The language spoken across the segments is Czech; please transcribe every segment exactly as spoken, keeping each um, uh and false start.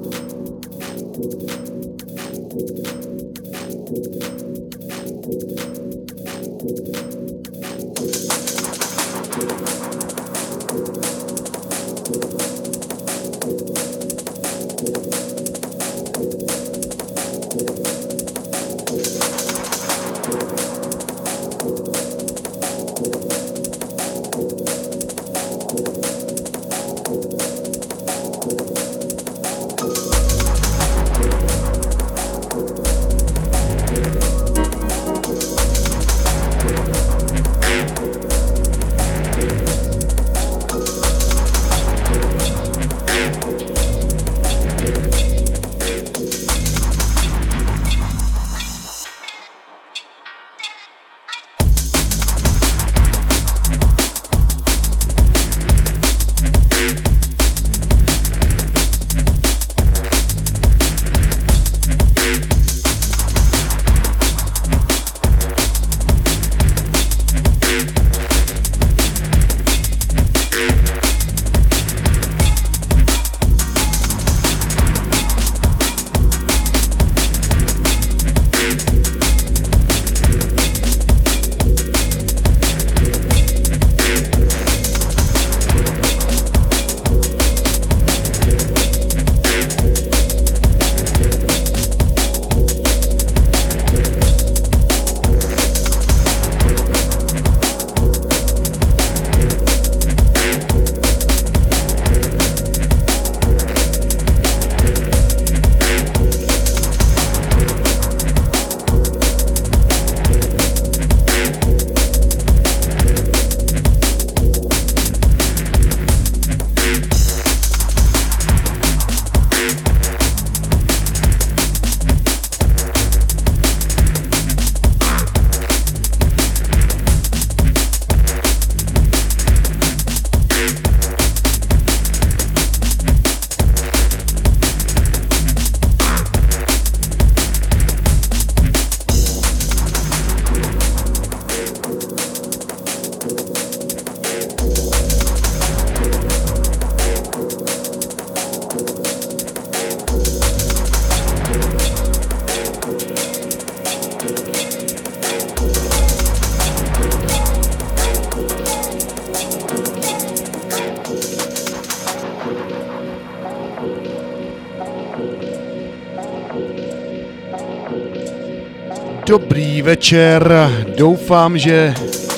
Dobrý večer, doufám, že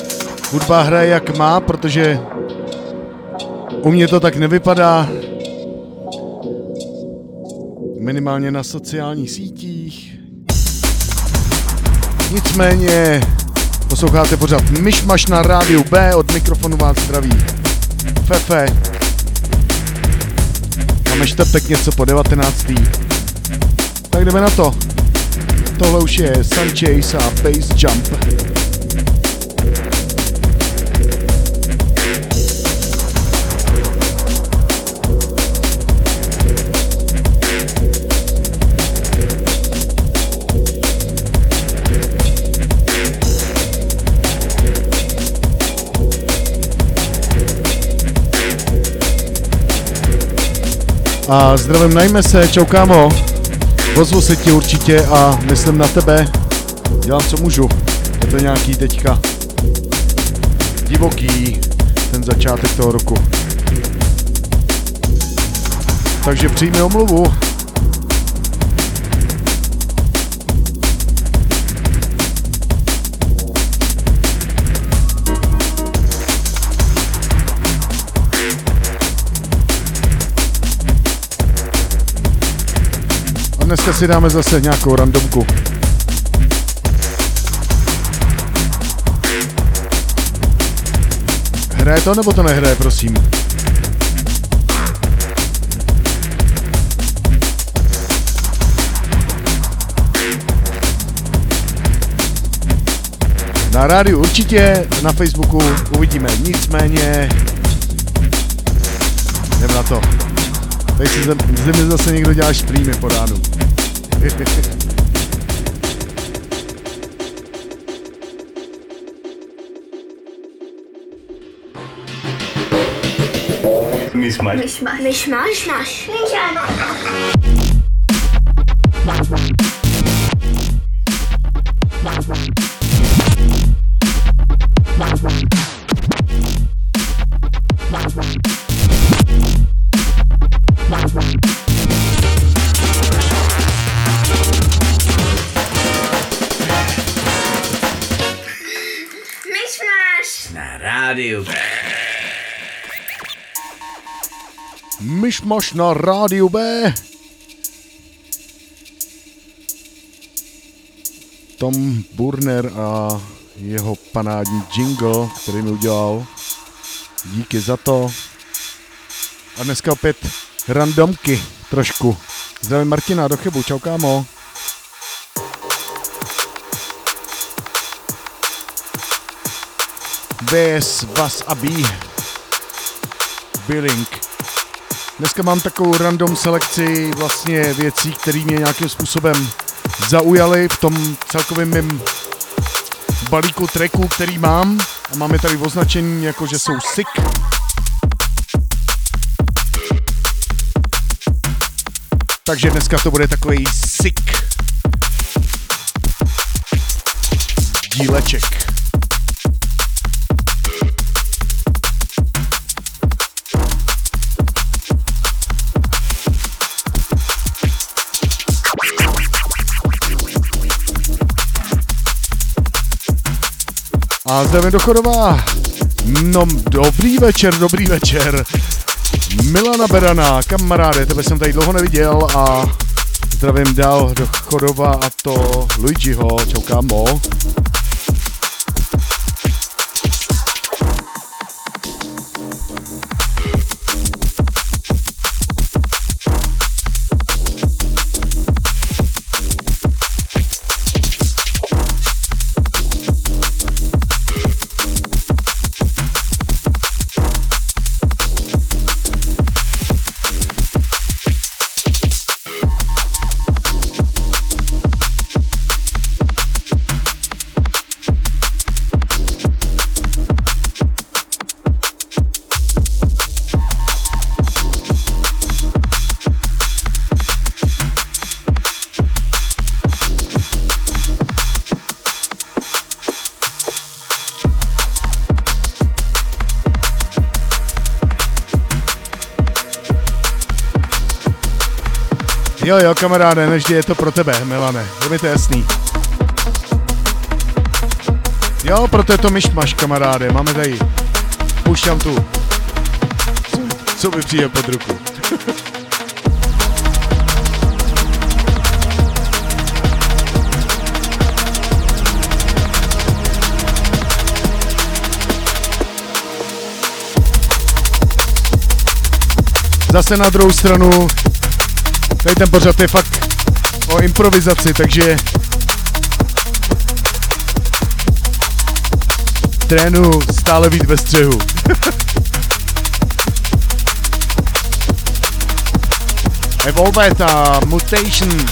hudba hraje jak má, protože u mě to tak nevypadá. Minimálně na sociálních sítích. Nicméně posloucháte pořád Myšmaš na rádiu B, od mikrofonu vás zdraví Fefe. Máme čtvrtek něco po devatenácté. Tak jdeme na to. Tohle už je Sanchez a Bass Jump. A zdravím, najme se, čau kámo. Ozvu se ti určitě a myslím na tebe. Dělám, co můžu. Je to nějaký teďka divoký ten začátek toho roku. Takže přijmi omluvu. Dneska si dáme zase nějakou randomku. Hraje to nebo to nehraje, prosím? Na rádiu určitě, na Facebooku uvidíme, nicméně jdem na to. Tady si ze mě zase někdo dělá streamy po ránu. Myšmaš. Myšmaš. Myšmaš. Myšmaš. rádiu. Myšmaš na rádiu B. Tom Burner a jeho panádní jingle, který mi udělal. Díky za to. A dneska opět randomky trošku. Zdravím Martina do Chebu, čau kámo. Bez vás a bí. Billing. Dneska mám takovou random selekci vlastně věcí, které mě nějakým způsobem zaujaly v tom celkovém mým balíku tracků, který mám. A máme tady označení jako, že jsou sick. Takže dneska to bude takový sick díleček. A zdravím do Chodova. No, dobrý večer, dobrý večer. Milana Berana, kamaráde, tebe jsem tady dlouho neviděl a zdravím dál do Chodova a to Luigiho, čau kámo. Jo, jo, kamaráde, nevždy je to pro tebe, Milane, je mi to jasný. Jo, proto je to myšmaš, kamaráde, máme tady. Pušťám tu. Co mi přijde pod ruku. Zase na druhou stranu, tady ten pořad je fakt o improvizaci, takže trénu stále být ve střehu. Evolved a Mutation.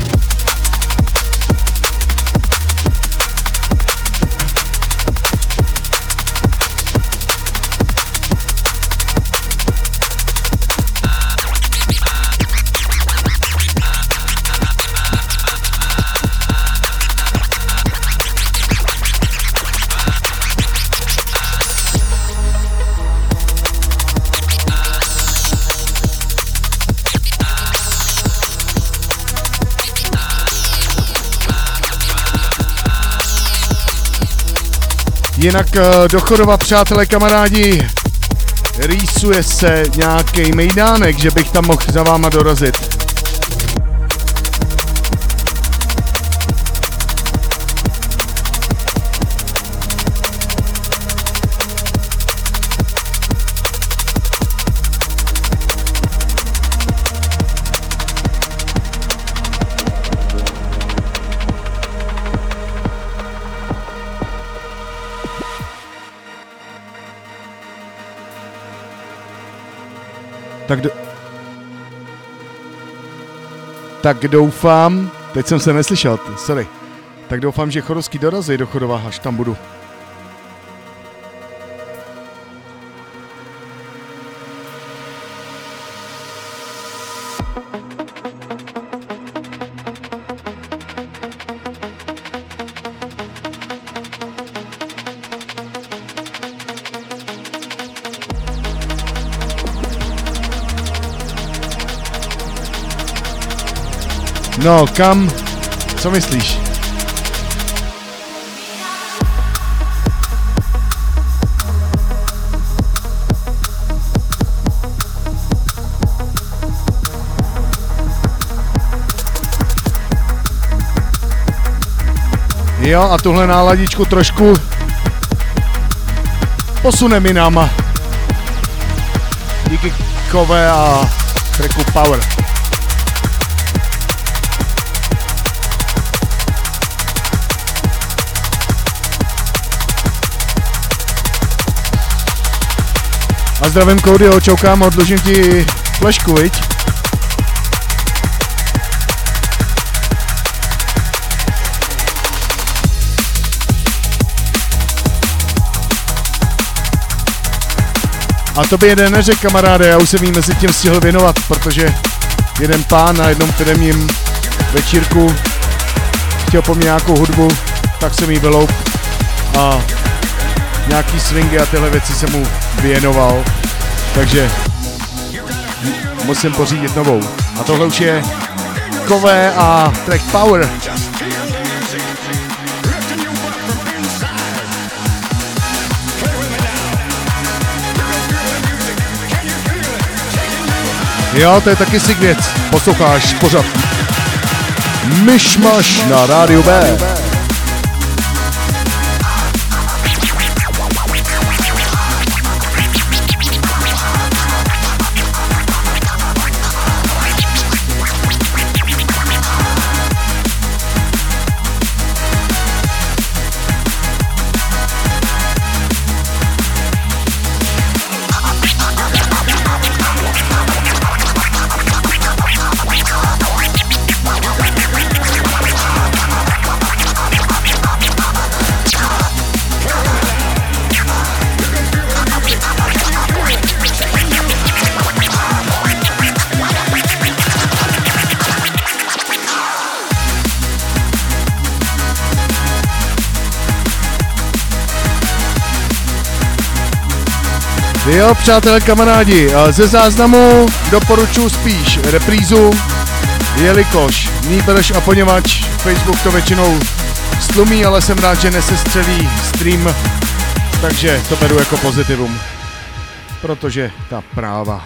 Jinak do Chodova, přátelé, kamarádi, rýsuje se nějaký mejdánek, že bych tam mohl za váma dorazit. Tak, do... tak doufám, teď jsem se neslyšel, sorry, tak doufám, že Chodovský dorazí do Chodova, až tam budu. No, kam? Co myslíš? Jo, a tuhle náladičku trošku posuneme jinam. Díky Kove a tracku Power. A zdravím Koudyho, čoukám, odložím ti flešku, viď? A to by jeden neřekl, kamaráde, já už jsem jí mezi tím stihl věnovat, protože jeden pán na jednom firemním večírku chtěl po mně nějakou hudbu, tak jsem jí vyloup a nějaký swingy a tyhle věci jsem mu věnoval, takže musím pořídit novou. A tohle už je Kove a track Power. Jo, to je taky sick věc. Posloucháš pořád Myšmaš na rádiu B. Jo, přátelé, kamarádi, ze záznamu doporučuji spíš reprízu, jelikož nýbrž a poněvadž Facebook to většinou stlumí, ale jsem rád, že nesestřelí stream, takže to beru jako pozitivum, protože ta práva.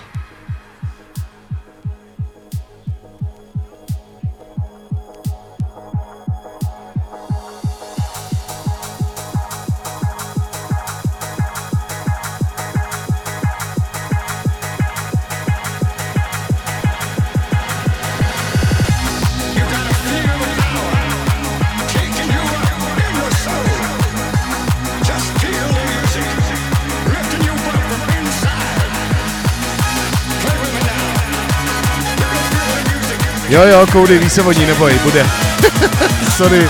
Jo, jo, Koudy, ví se o ní, neboj, bude. Sorry.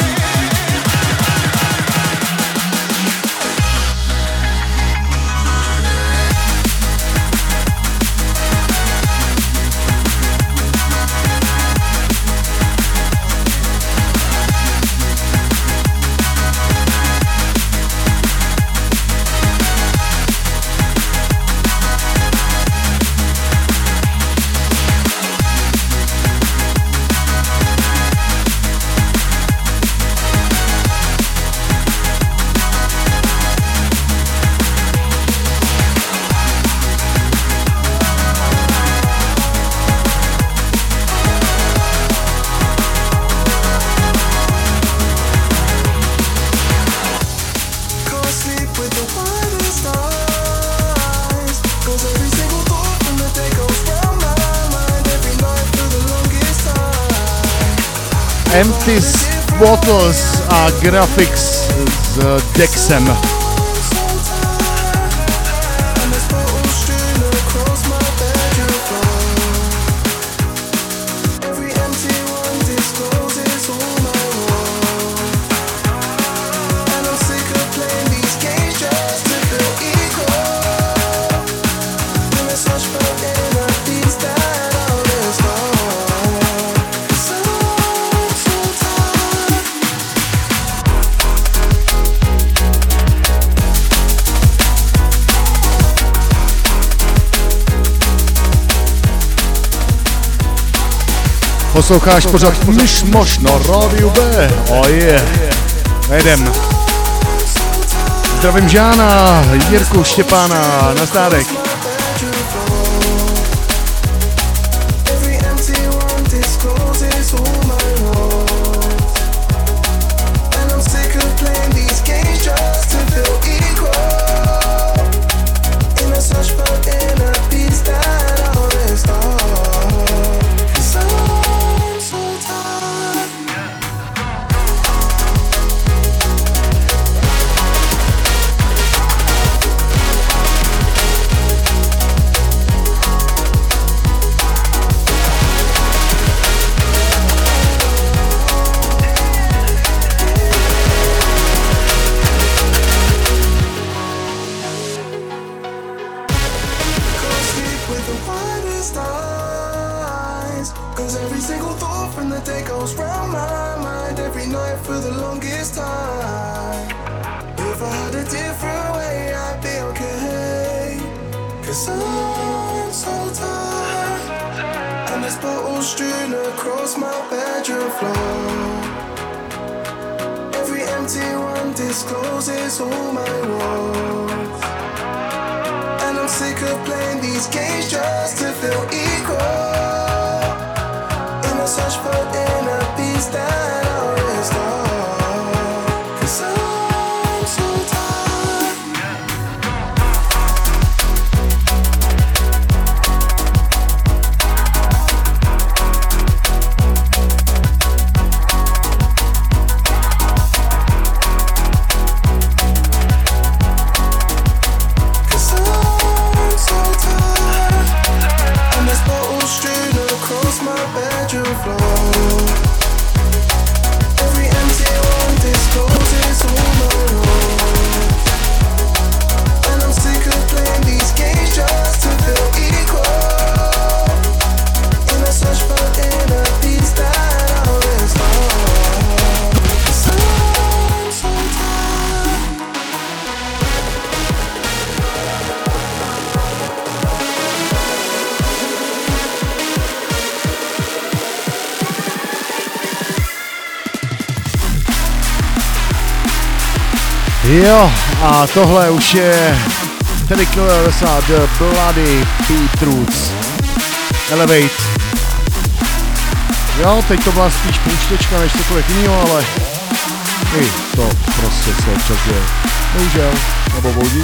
Empty Bottles a Graphics s Dexem. Posloucháš pořád Myšmaš na rádiu B. Oh yeah. Jedem. Zdravím Žána, Jirku, Štěpána, nazdárek. Every single thought from the day goes round my mind every night for the longest time. If I had a different way, I'd be okay. Cause I'm so tired, and there's bottles strewn across my bedroom floor. Every empty one discloses all my woes, and I'm sick of playing these games just to feel equal. In a search for inner peace that I'll restore. Cause I'm so tired. Cause I'm so tired, and there's bottles strewn across my bedroom floor. Every empty one discloses all my woes, and I'm sick of playing these games just to feel equal. In a search for inner peace that I'll restore. 'Cause I'm so tired. Jo, a tohle už je tedy Killers a The Bloody Beetroots. Elevate. Jo, teď to byla spíš pouštěčka než cokoliv jiného, ale i to prostě se občas děje. Bohužel, nebo boudík.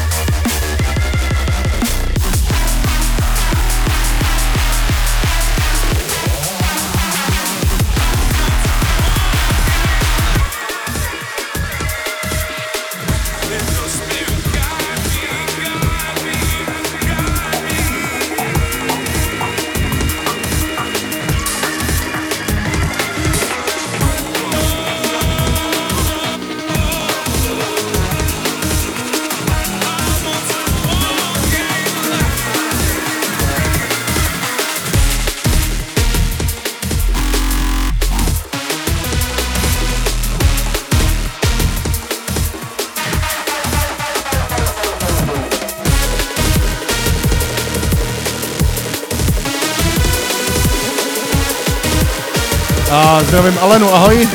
A zdravím Alenu, ahoj.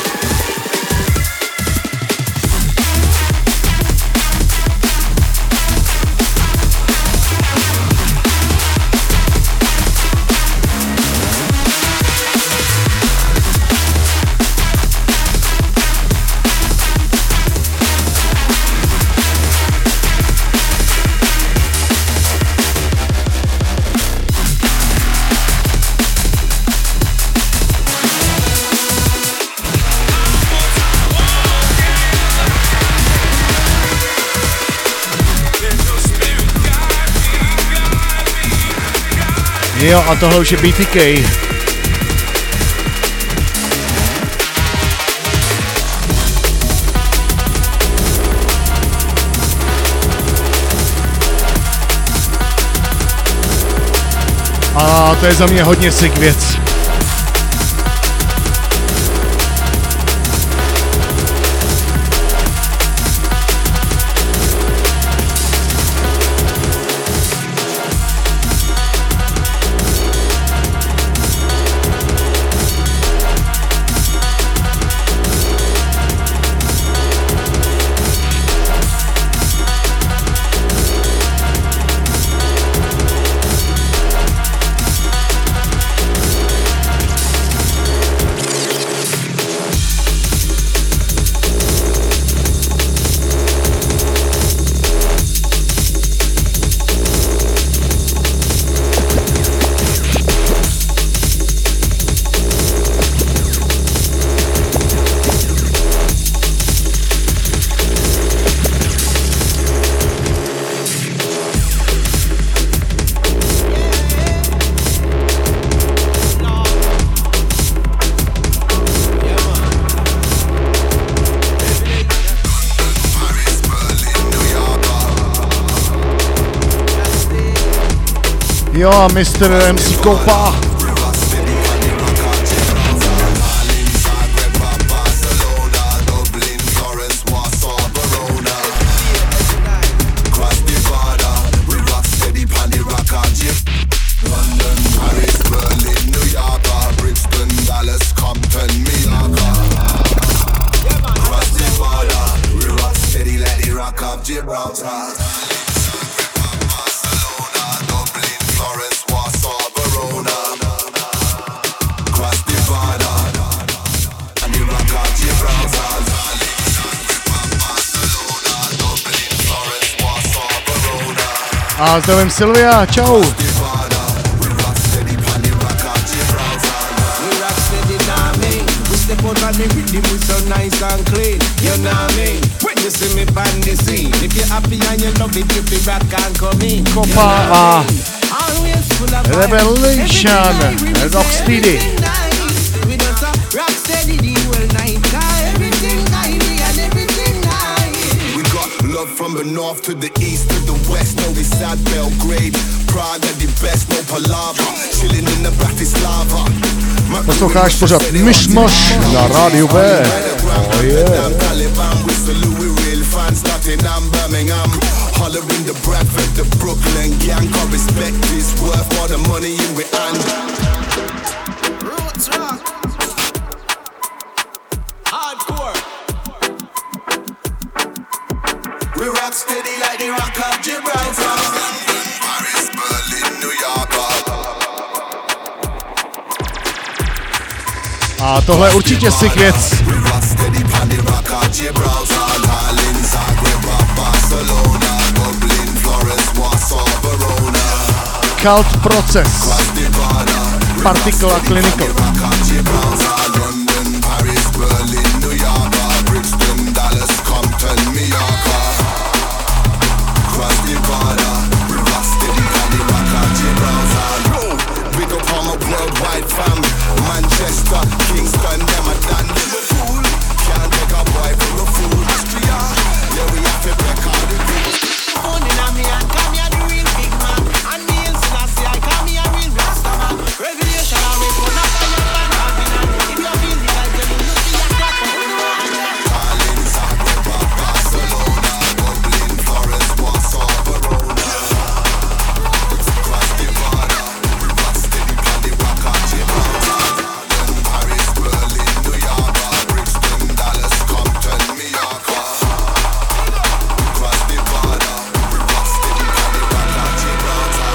Jo, a tohle už je B T K. A to je za mě hodně sick věc. Jo, a mister M C Koupa. A zdravím Silvia, čau. Kopa a Revelation, Rocksteady. From the north to the east to the west, no we sad Belgrade, Prague the best, no palaver, chilling in the Bratislava. Posloucháš pořád Myšmaš na rádiu B. Oh yeah. Hollering the Bradford, the Brooklyn gang, got respect is worth more than money in we hand. Roots rock, hardcore. We rock steady like the rock of Gibraltar. London, Paris, Berlin, New York. A tohle je určitě sick věc. We rock steady on the rock of Gibraltar. Berlin, Zagreb, Barcelona, Dublin, Florence, Warsaw, Verona. Cult Proces. Particle Clinical. London, Paris, Berlin, New York, Brixton, Dallas, Compton, Mallorca. Cross the border, we rock steady on the rock of Gibraltar. Big up on my worldwide fam. Manchester, Kingston, them a done Liverpool. Can't take a boy from the food. Austria, yeah we have to break all the rules. Only now me and come here the real big man. And me and Selassie I come here real rasta man. Revelation I wait for nothing you can have in hand. If you're busy like them, you see a crack on the wall. Berlin, Zagreb, Barcelona, Dublin, Florence, Warsaw, Verona. Cross the border, we rock steady on the rock of Gibraltar. London, Paris, Berlin, New York, Brixton, Dallas, Compton, Mallorca. Cross the border, we rock steady on the rock of Gibraltar.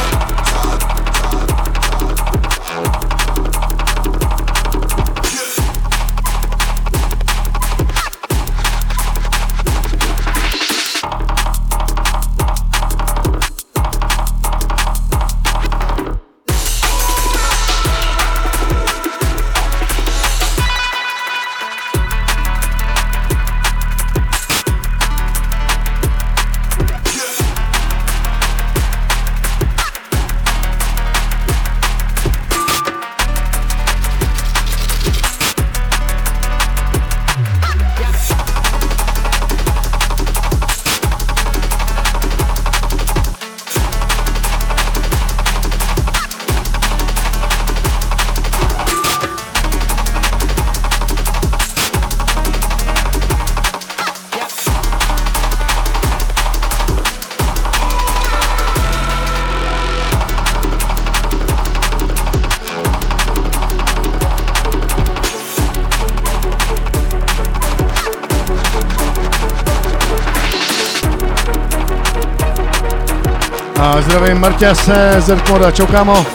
A zdravím Marťase, Zertmoda, čau kámo.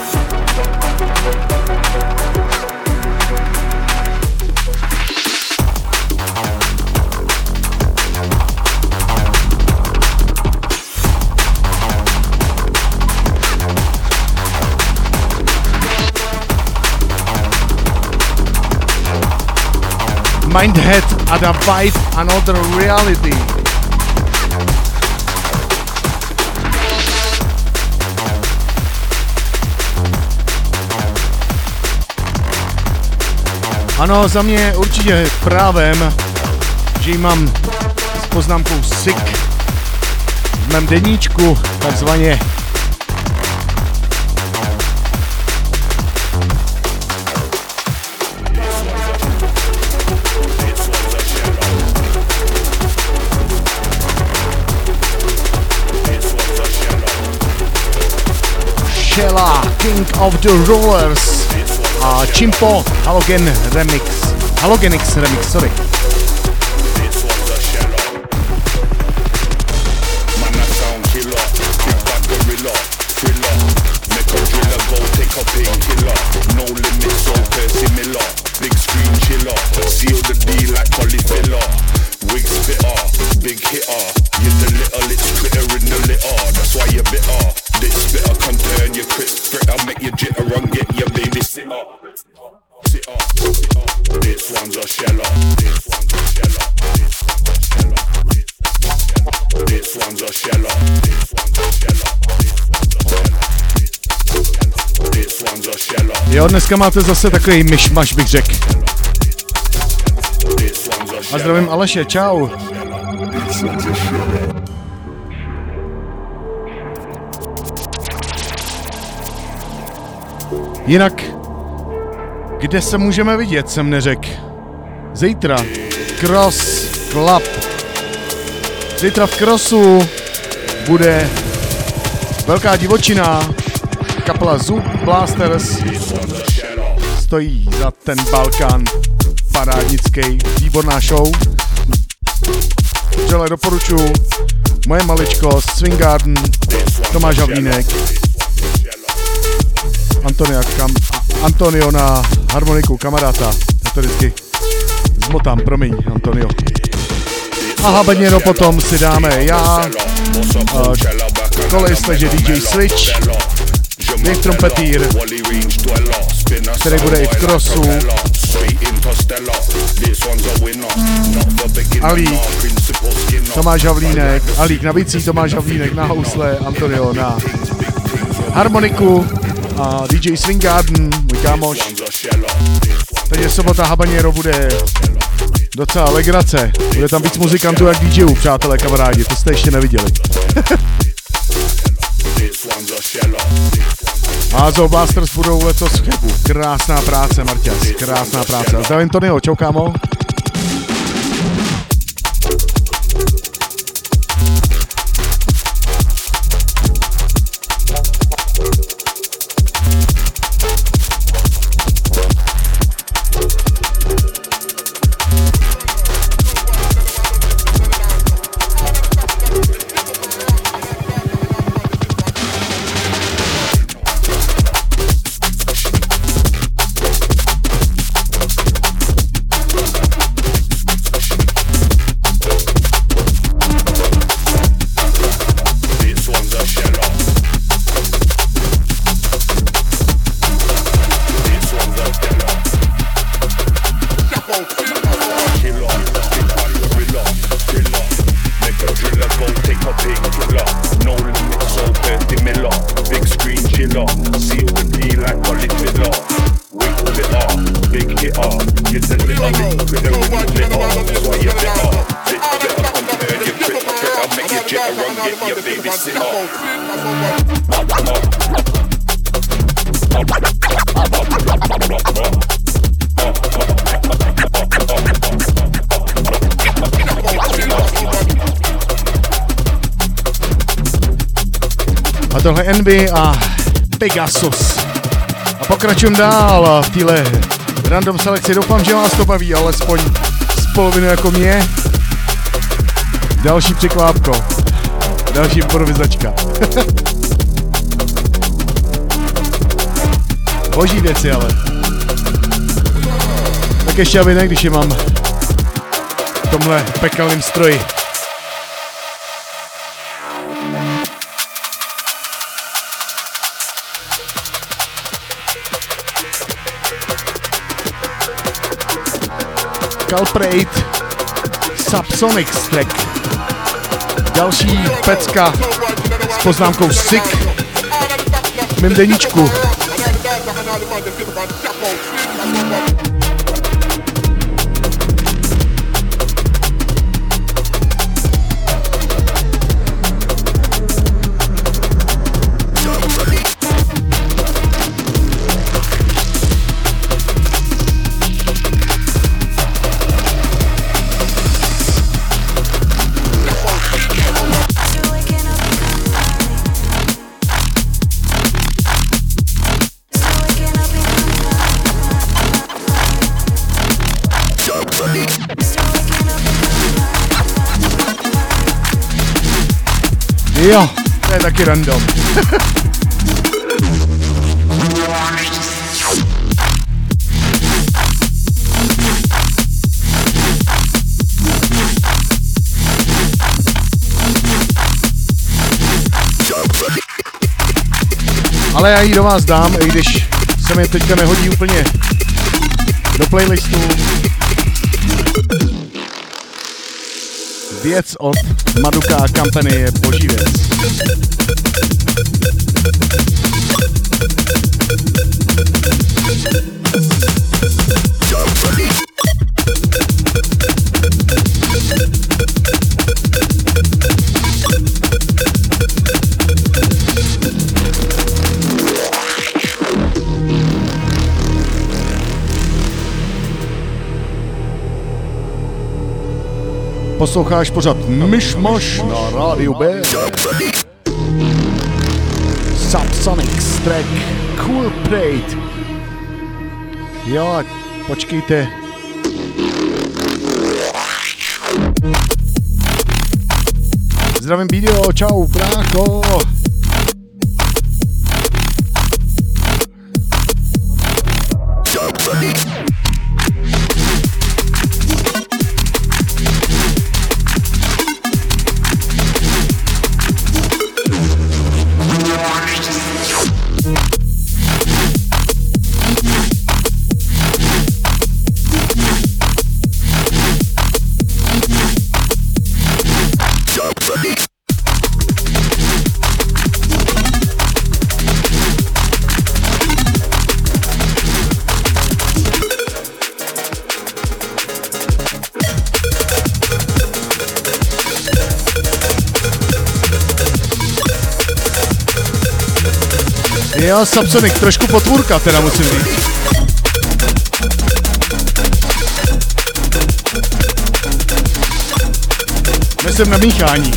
Mindhead a da Vibe Another Reality. Ano, za mě určitě právem, že ji mám s poznámkou sick v mém deníčku, takzvaně. Shella, King of the Rollers a Chimpo Halogen Remix. Halogenix Remix, sorry. Seal the deal like cauliflower. Wig spitter, big hitter. You're the little, it's critter in the litter. That's why you're bitter. This one's a shell up. This one's a shell up. This one's a shell up. Jo, dneska máte zase takový myšmaš, bych řekl. A zdravím Aleše, čau. Jinak, kde se můžeme vidět, jsem neřekl. Zítra, Cross Club. Zítra v Crossu bude velká divočina. Kapela Zoo Blasters stojí za ten Balkán parádnický, výborná show. Vřele doporučuji. Moje maličkost, Swing Garden, Tomáš Havlínek, Antonio, kam, Antonio na harmoniku, kamaráta. Já to vždycky zmotám, promiň, Antonio. A habanero potom si dáme já, uh, Kolis, takže D J Switch, Dave Trumpetýr, který bude i v Crossu, Alík, Tomáš Havlínek, Alík na bicí, Tomáš Havlínek na housle, Antonio na harmoniku a D J Swing Garden, můj kámoš. Takže sobota habanero bude docela legrace. Bude tam víc muzikantů jak D Jů, přátelé, kamarádi, to jste ještě neviděli. A Zoo Blasters budou letos v Chebu. Krásná práce, Marťas, krásná práce. A zdravím Tonyho, čau kámo. A tohle Envy a Pegasus. A pokračujeme dál v téhle random selekci. Doufám, že vás to baví, alespoň z poloviny jako mě. Další překvápko. Další improvizačka. Boží věci, ale. Tak ještě aby ne, když je mám v tomhle pekelným stroji. Calprate Subsonics track. Další pecka s poznámkou Sick v mém deníčku. Jo, to je taky random. Ale já ji do vás dám, i když se mi teďka nehodí úplně do playlistu. věc od Maduka Company je boží věc. Posloucháš pořád Myšmaš na rádiu B. Subsonics track Cool Parade. Jo, počkejte. Zdravím video, čau brácho. Jo, Subsonic, trošku potvůrka teda musím říct. Nejsem na míchání.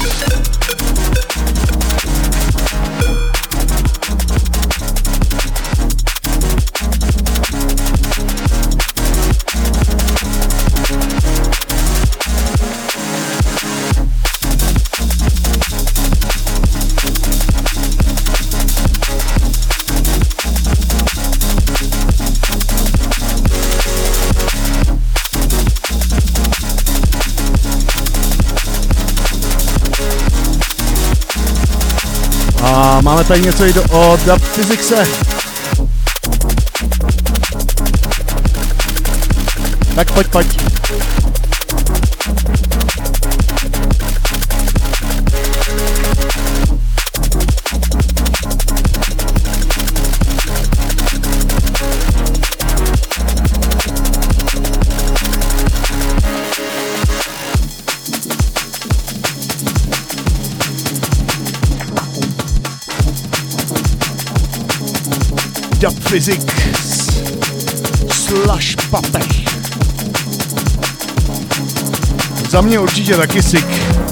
A máme tady něco i do, o Dub Physicse. Tak pojď, pojď. Dub Physics Slash Papech. Za mě určitě taky sick.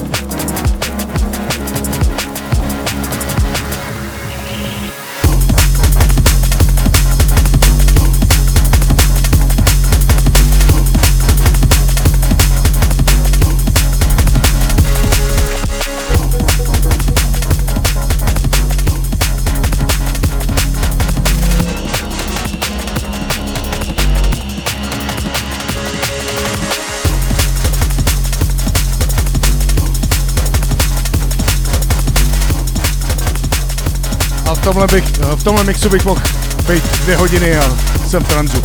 V tomhle, bych, v tomhle mixu bych mohl být dvě hodiny a jsem v tranzu.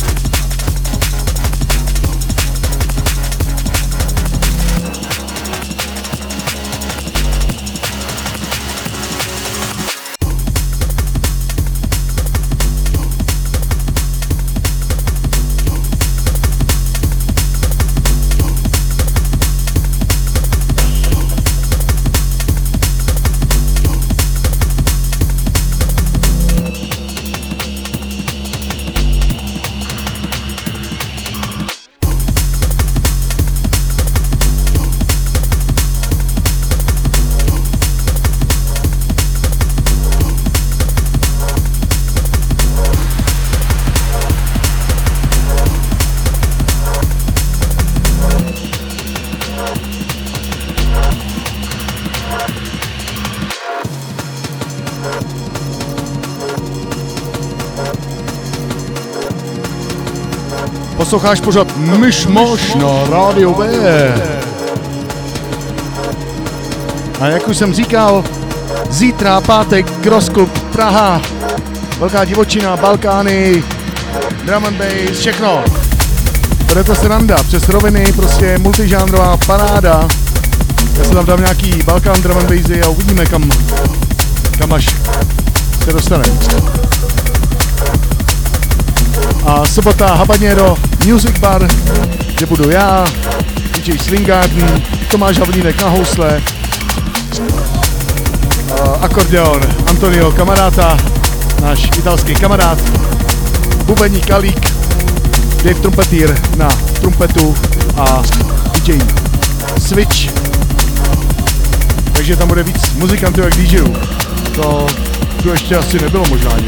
Posloucháš pořád Myšmaš na rádiu B. A jak už jsem říkal, zítra pátek Cross Club Praha. Velká divočina, Balkány, drum and bass, všechno. Bude to sranda, přes roviny, prostě multižánrová paráda. Já se tam dám nějaký Balkán drum and bassy a uvidíme, kam, kam až se dostane. A sobota Habanero Music Bar, kde budu já, D J Swing Garden, Tomáš Havlínek na housle, akordeon Antonio Kamaráta, náš italský kamarád, bubeník Alík, Dave Trumpetýr na trumpetu a D J Switch. Takže tam bude víc muzikantů jak DJů. To tu ještě asi nebylo možná ani.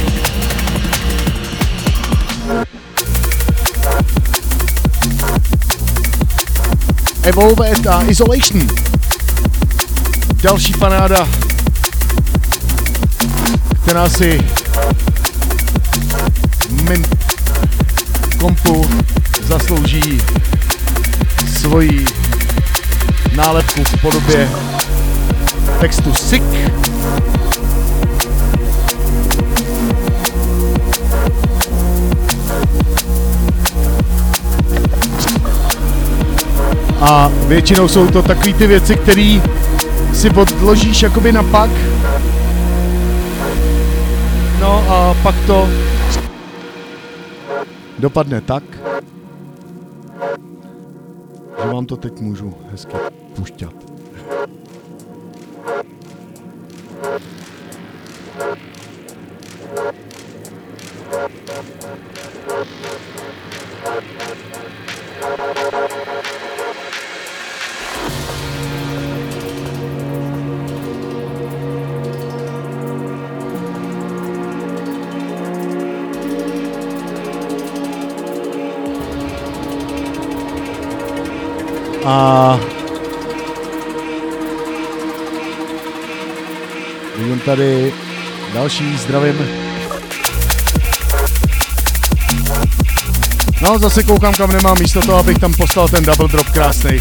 Evolved a Isolation. Další panáda, která si min kompu zaslouží svoji nálepku v podobě textu Sick. A většinou jsou to takový ty věci, které si odložíš jakoby na pak. No a pak to dopadne tak, že vám to teď můžu hezky pušťat. A vidím tady další, zdravím. No, zase koukám, kam nemám místo toho, abych tam poslal ten double drop krásnej.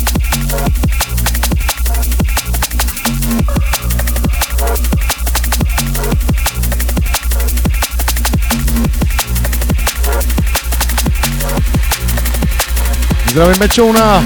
Zdravím Mečouna.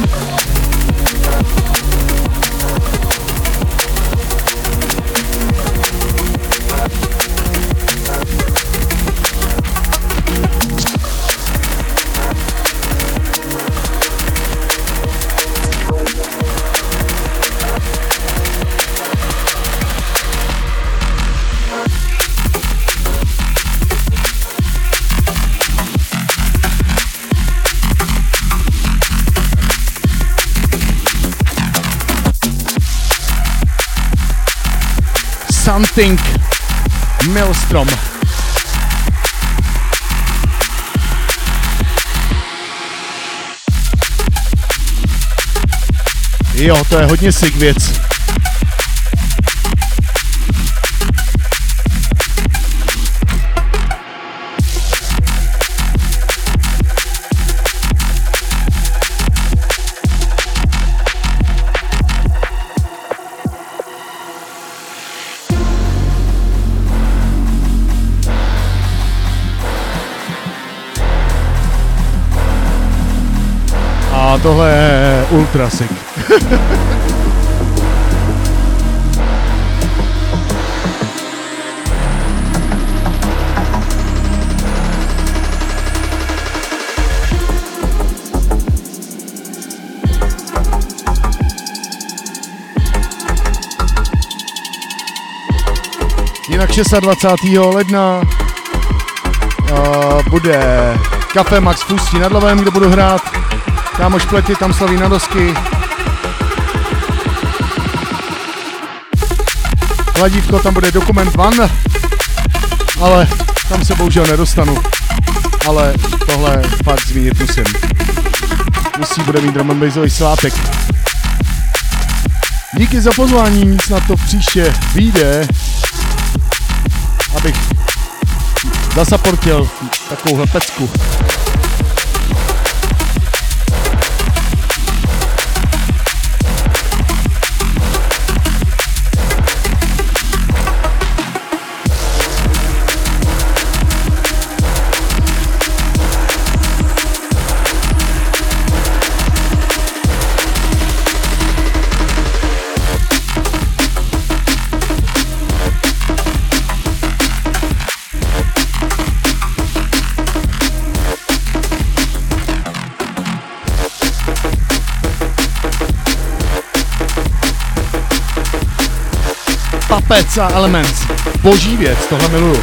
Something Maelstrom. Jo, to je hodně sick věc. A tohle je ultra sick. Jinak dvacátého šestého ledna uh, bude Café Max v Ústí nad Labem, kde budu hrát. Kámoš Pleti tam slaví na dosky. Hladívko, tam bude Dokument One, ale tam se bohužel nedostanu. Ale tohle fakt zmínit musím. Ústí bude mít drum and bassový svátek. Díky za pozvání, snad to příště vyjde, abych zasaportil takovouhle pecku. Opec a Elements. Boží věc, tohle miluju.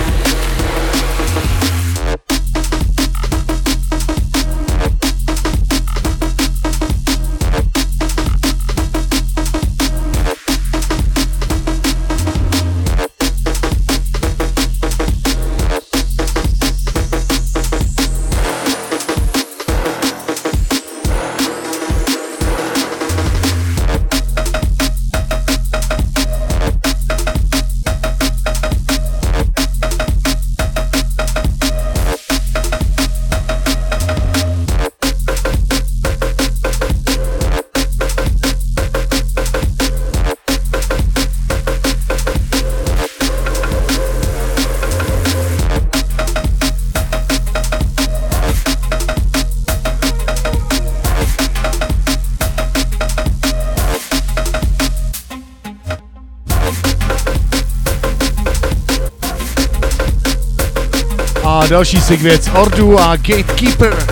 A další sig věc, Ordu a Gatekeeper.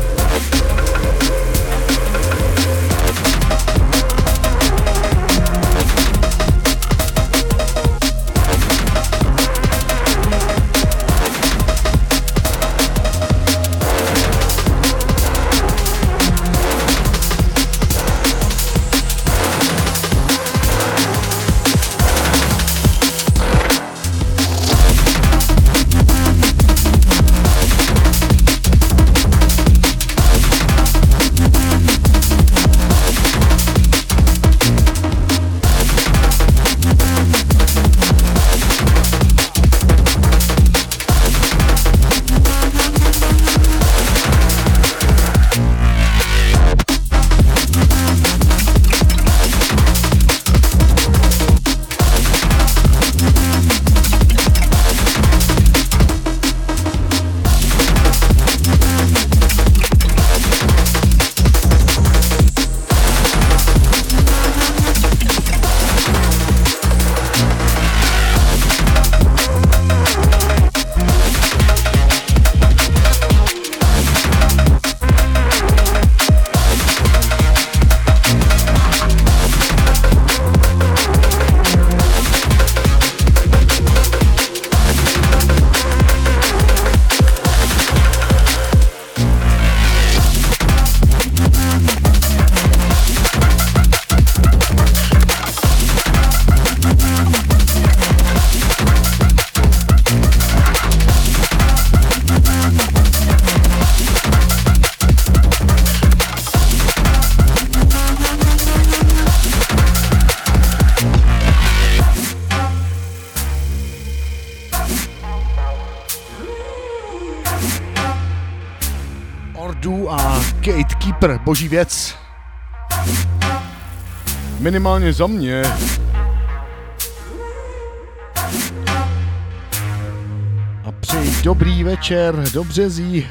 Gatekeeper, boží věc. Minimálně za mě. A přeji dobrý večer do Březí.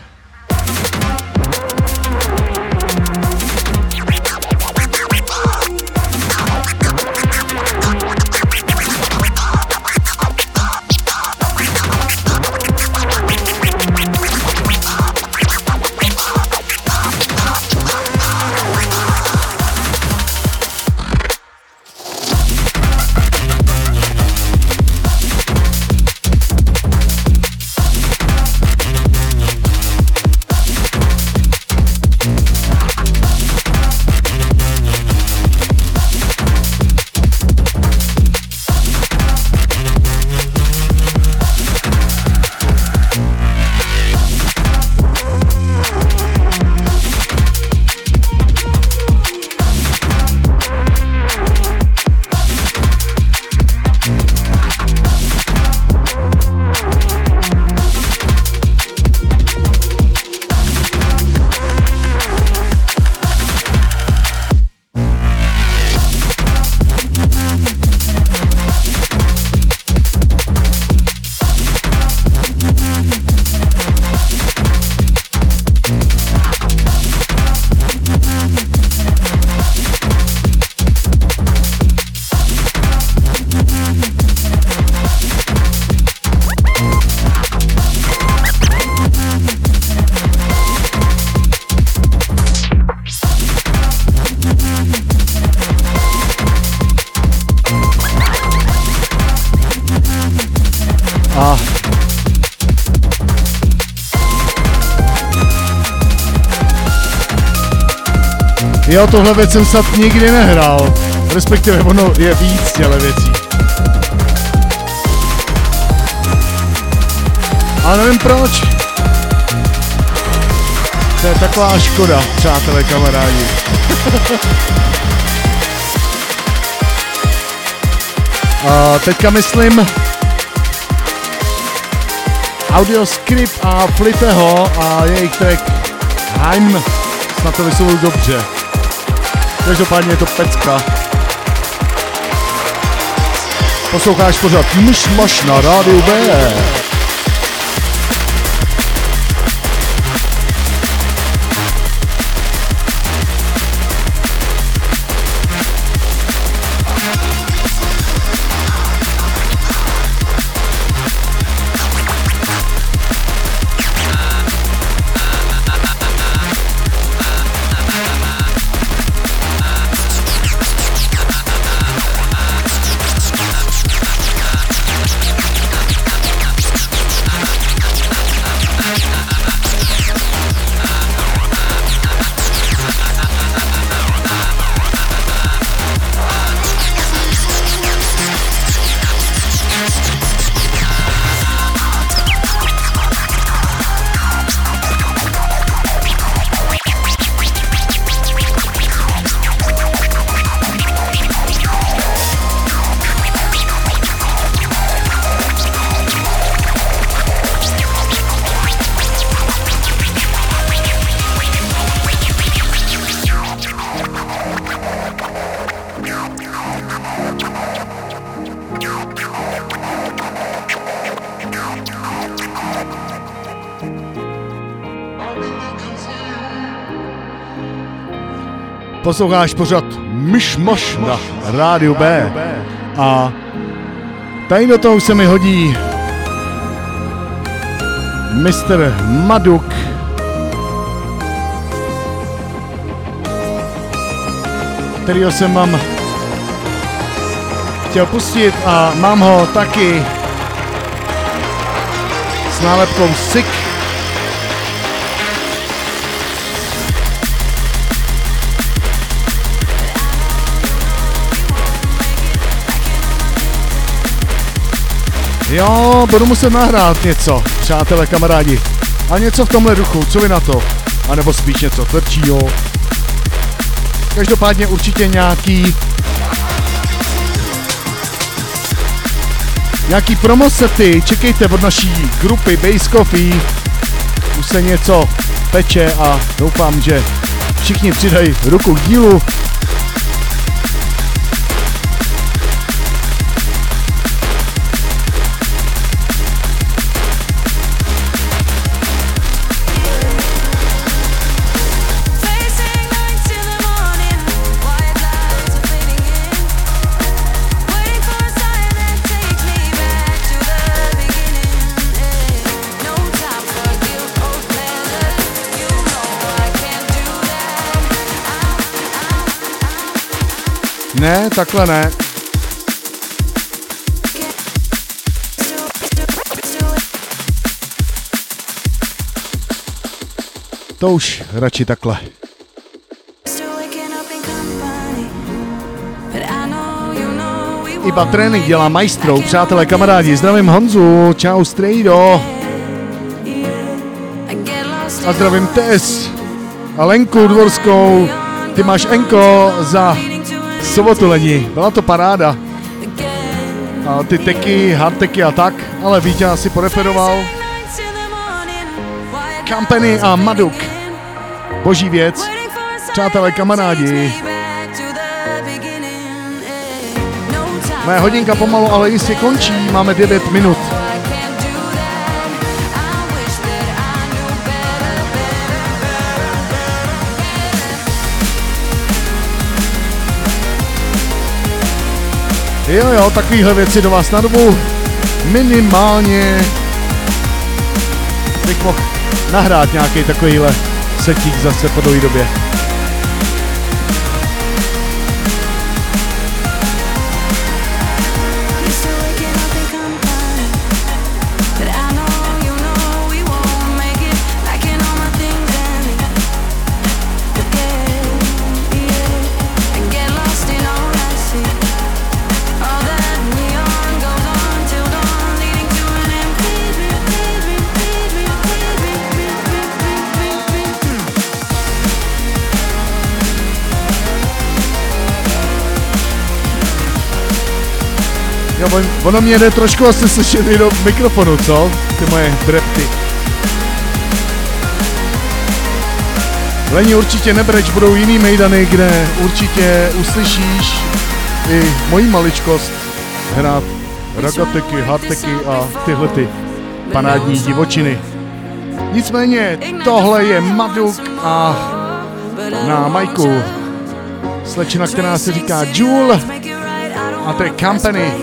Jo, tohle věc jsem snad nikdy nehrál. Respektive ono je víc těle věcí. Ale nevím proč. To je taková škoda, přátelé, kamarádi. A teďka myslím Audioscript a Fliteho a jejich track Heim. Snad to vyslovuju dobře. Každopádně je to pecka. Posloucháš pořád Myšmaš na rádiu B. Posloucháš pořád Myšmaš na rádiu B. A tady do toho se mi hodí mister Maduk. Kterýho jsem vám chtěl pustit a mám ho taky s nálepkou Sick. Jo, budu muset nahrát něco, přátelé, kamarádi. A něco v tomhle duchu, co vy na to? A nebo spíš něco tvrdšího. Každopádně určitě nějaký... Nějaký promosety, čekejte od naší grupy Base Coffee. Už se něco peče a doufám, že všichni přidají ruku k dílu. Ne, takhle ne. To už radši takhle. Iba trénink dělá majstrou, přátelé, kamarádi. Zdravím Honzu, čau Strejdo. A zdravím Tess a Lenku Dvorskou. Ty máš enko za sobotu lení, byla to paráda. A ty teky, hardteky a tak, ale Vítě asi poreferoval. Company a Maduk. Boží věc. Přátelé, kamarádi. Moje hodinka pomalu, ale jistě končí, máme devět minut. Jo jo, takovýhle věci do vás na dobu minimálně bych mohl nahrát nějaký takovýhle setík zase po dlouhé době. Jo, on, ono mě jde trošku asi slyšet i do mikrofonu, co? Ty moje brepty. Leni, určitě nebreč, budou jiný mejdany, kde určitě uslyšíš i mojí maličkost hrát ragateky, hardteky a tyhle ty panádní divočiny. Nicméně tohle je Maduk a na majku slečna, která se říká Jewel a to je Company.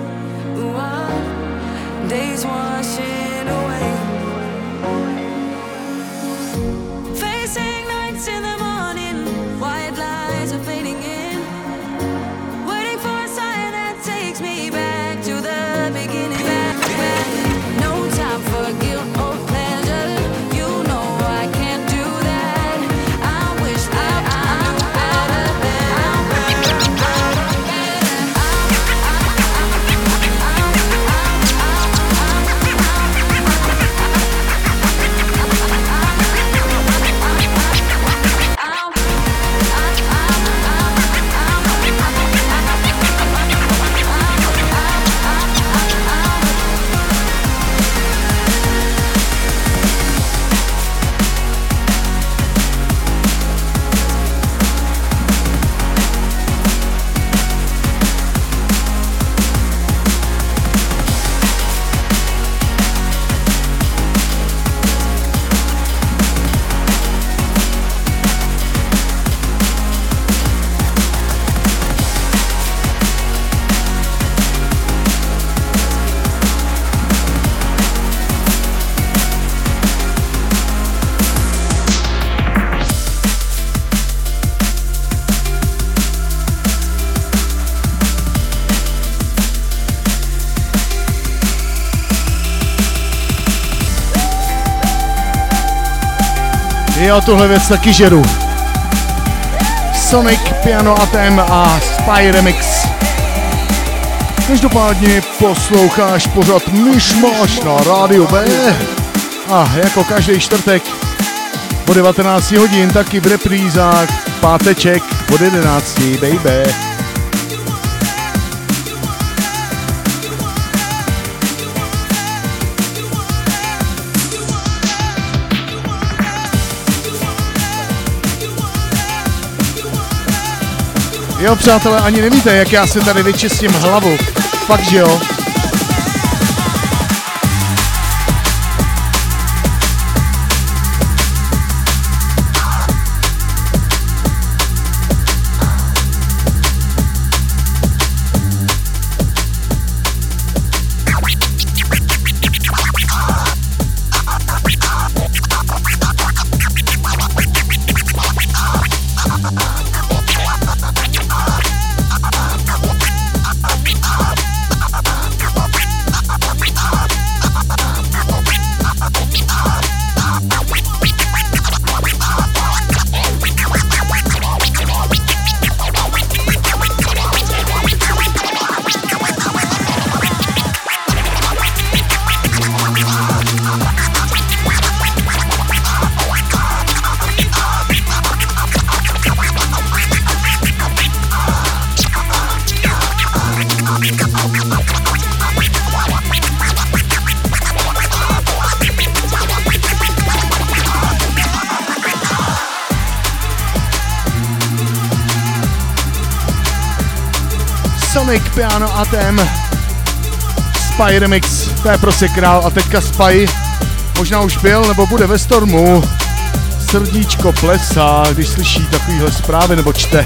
Jo, tuhle věc taky žeru. Sonic, Piano Atem a Spy Remix. Každopádně posloucháš pořad Myšmaš na Rádiu B. A jako každý čtvrtek po devatenácti hodin taky v reprízách páteček od jedenácti, baby. Jo, přátelé, ani nevíte, jak já si tady vyčistím hlavu. Fakt, že jo? Sonic, Piano Atem, Spy Remix, to je prostě král. A teďka Spy možná už byl nebo bude ve Stormu. Srdíčko plesá, když slyší takovýhle zprávy nebo čte.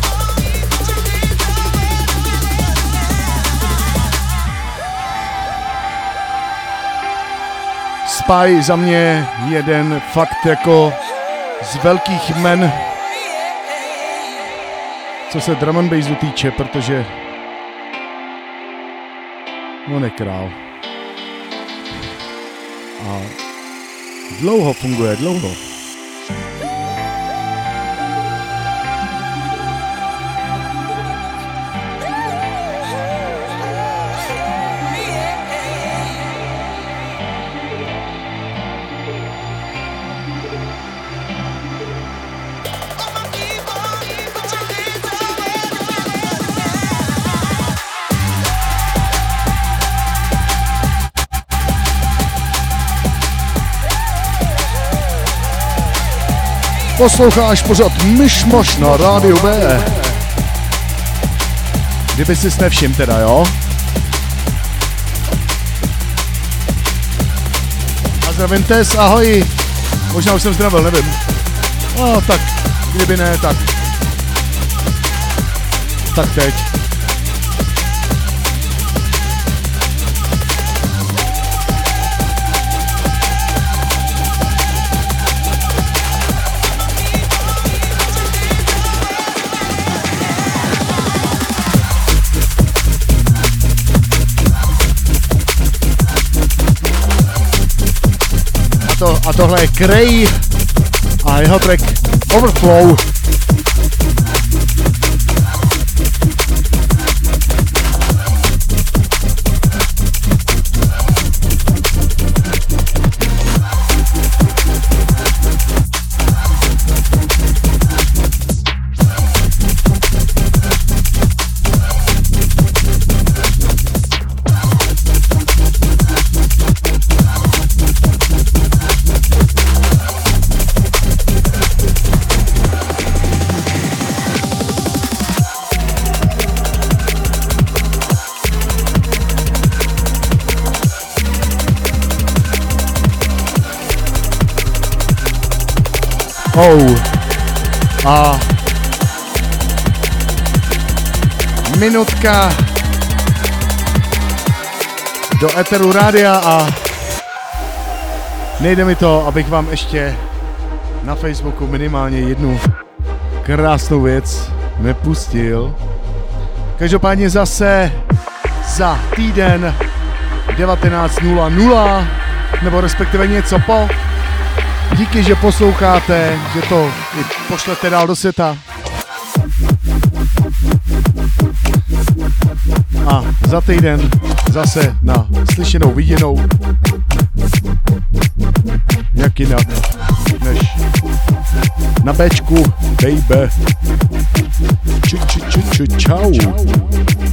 Spy za mě jeden fakt jako z velkých men, co se drum and bassu týče, protože on je král. A dlouho funguje, dlouho. Posloucháš pořád Myšmaš na Rádiu B. Kdyby si nevšim teda, jo? A zdravím Tess, ahoj. Možná už jsem zdravil, nevím. No tak, kdyby ne, tak. Tak teď. To, a tohle je Cray a jeho track Overflow. Oh. A minutka do eteru rádia a nejde mi to, abych vám ještě na Facebooku minimálně jednu krásnou věc nepustil. Každopádně zase za týden devatenáct nula nula, nebo respektive něco po. Díky, že posloucháte, že to i pošlete dál do světa. A za týden zase na slyšenou, viděnou. Jak jinak než na Bčku, baby. Ču, ču, ču, ču, čau.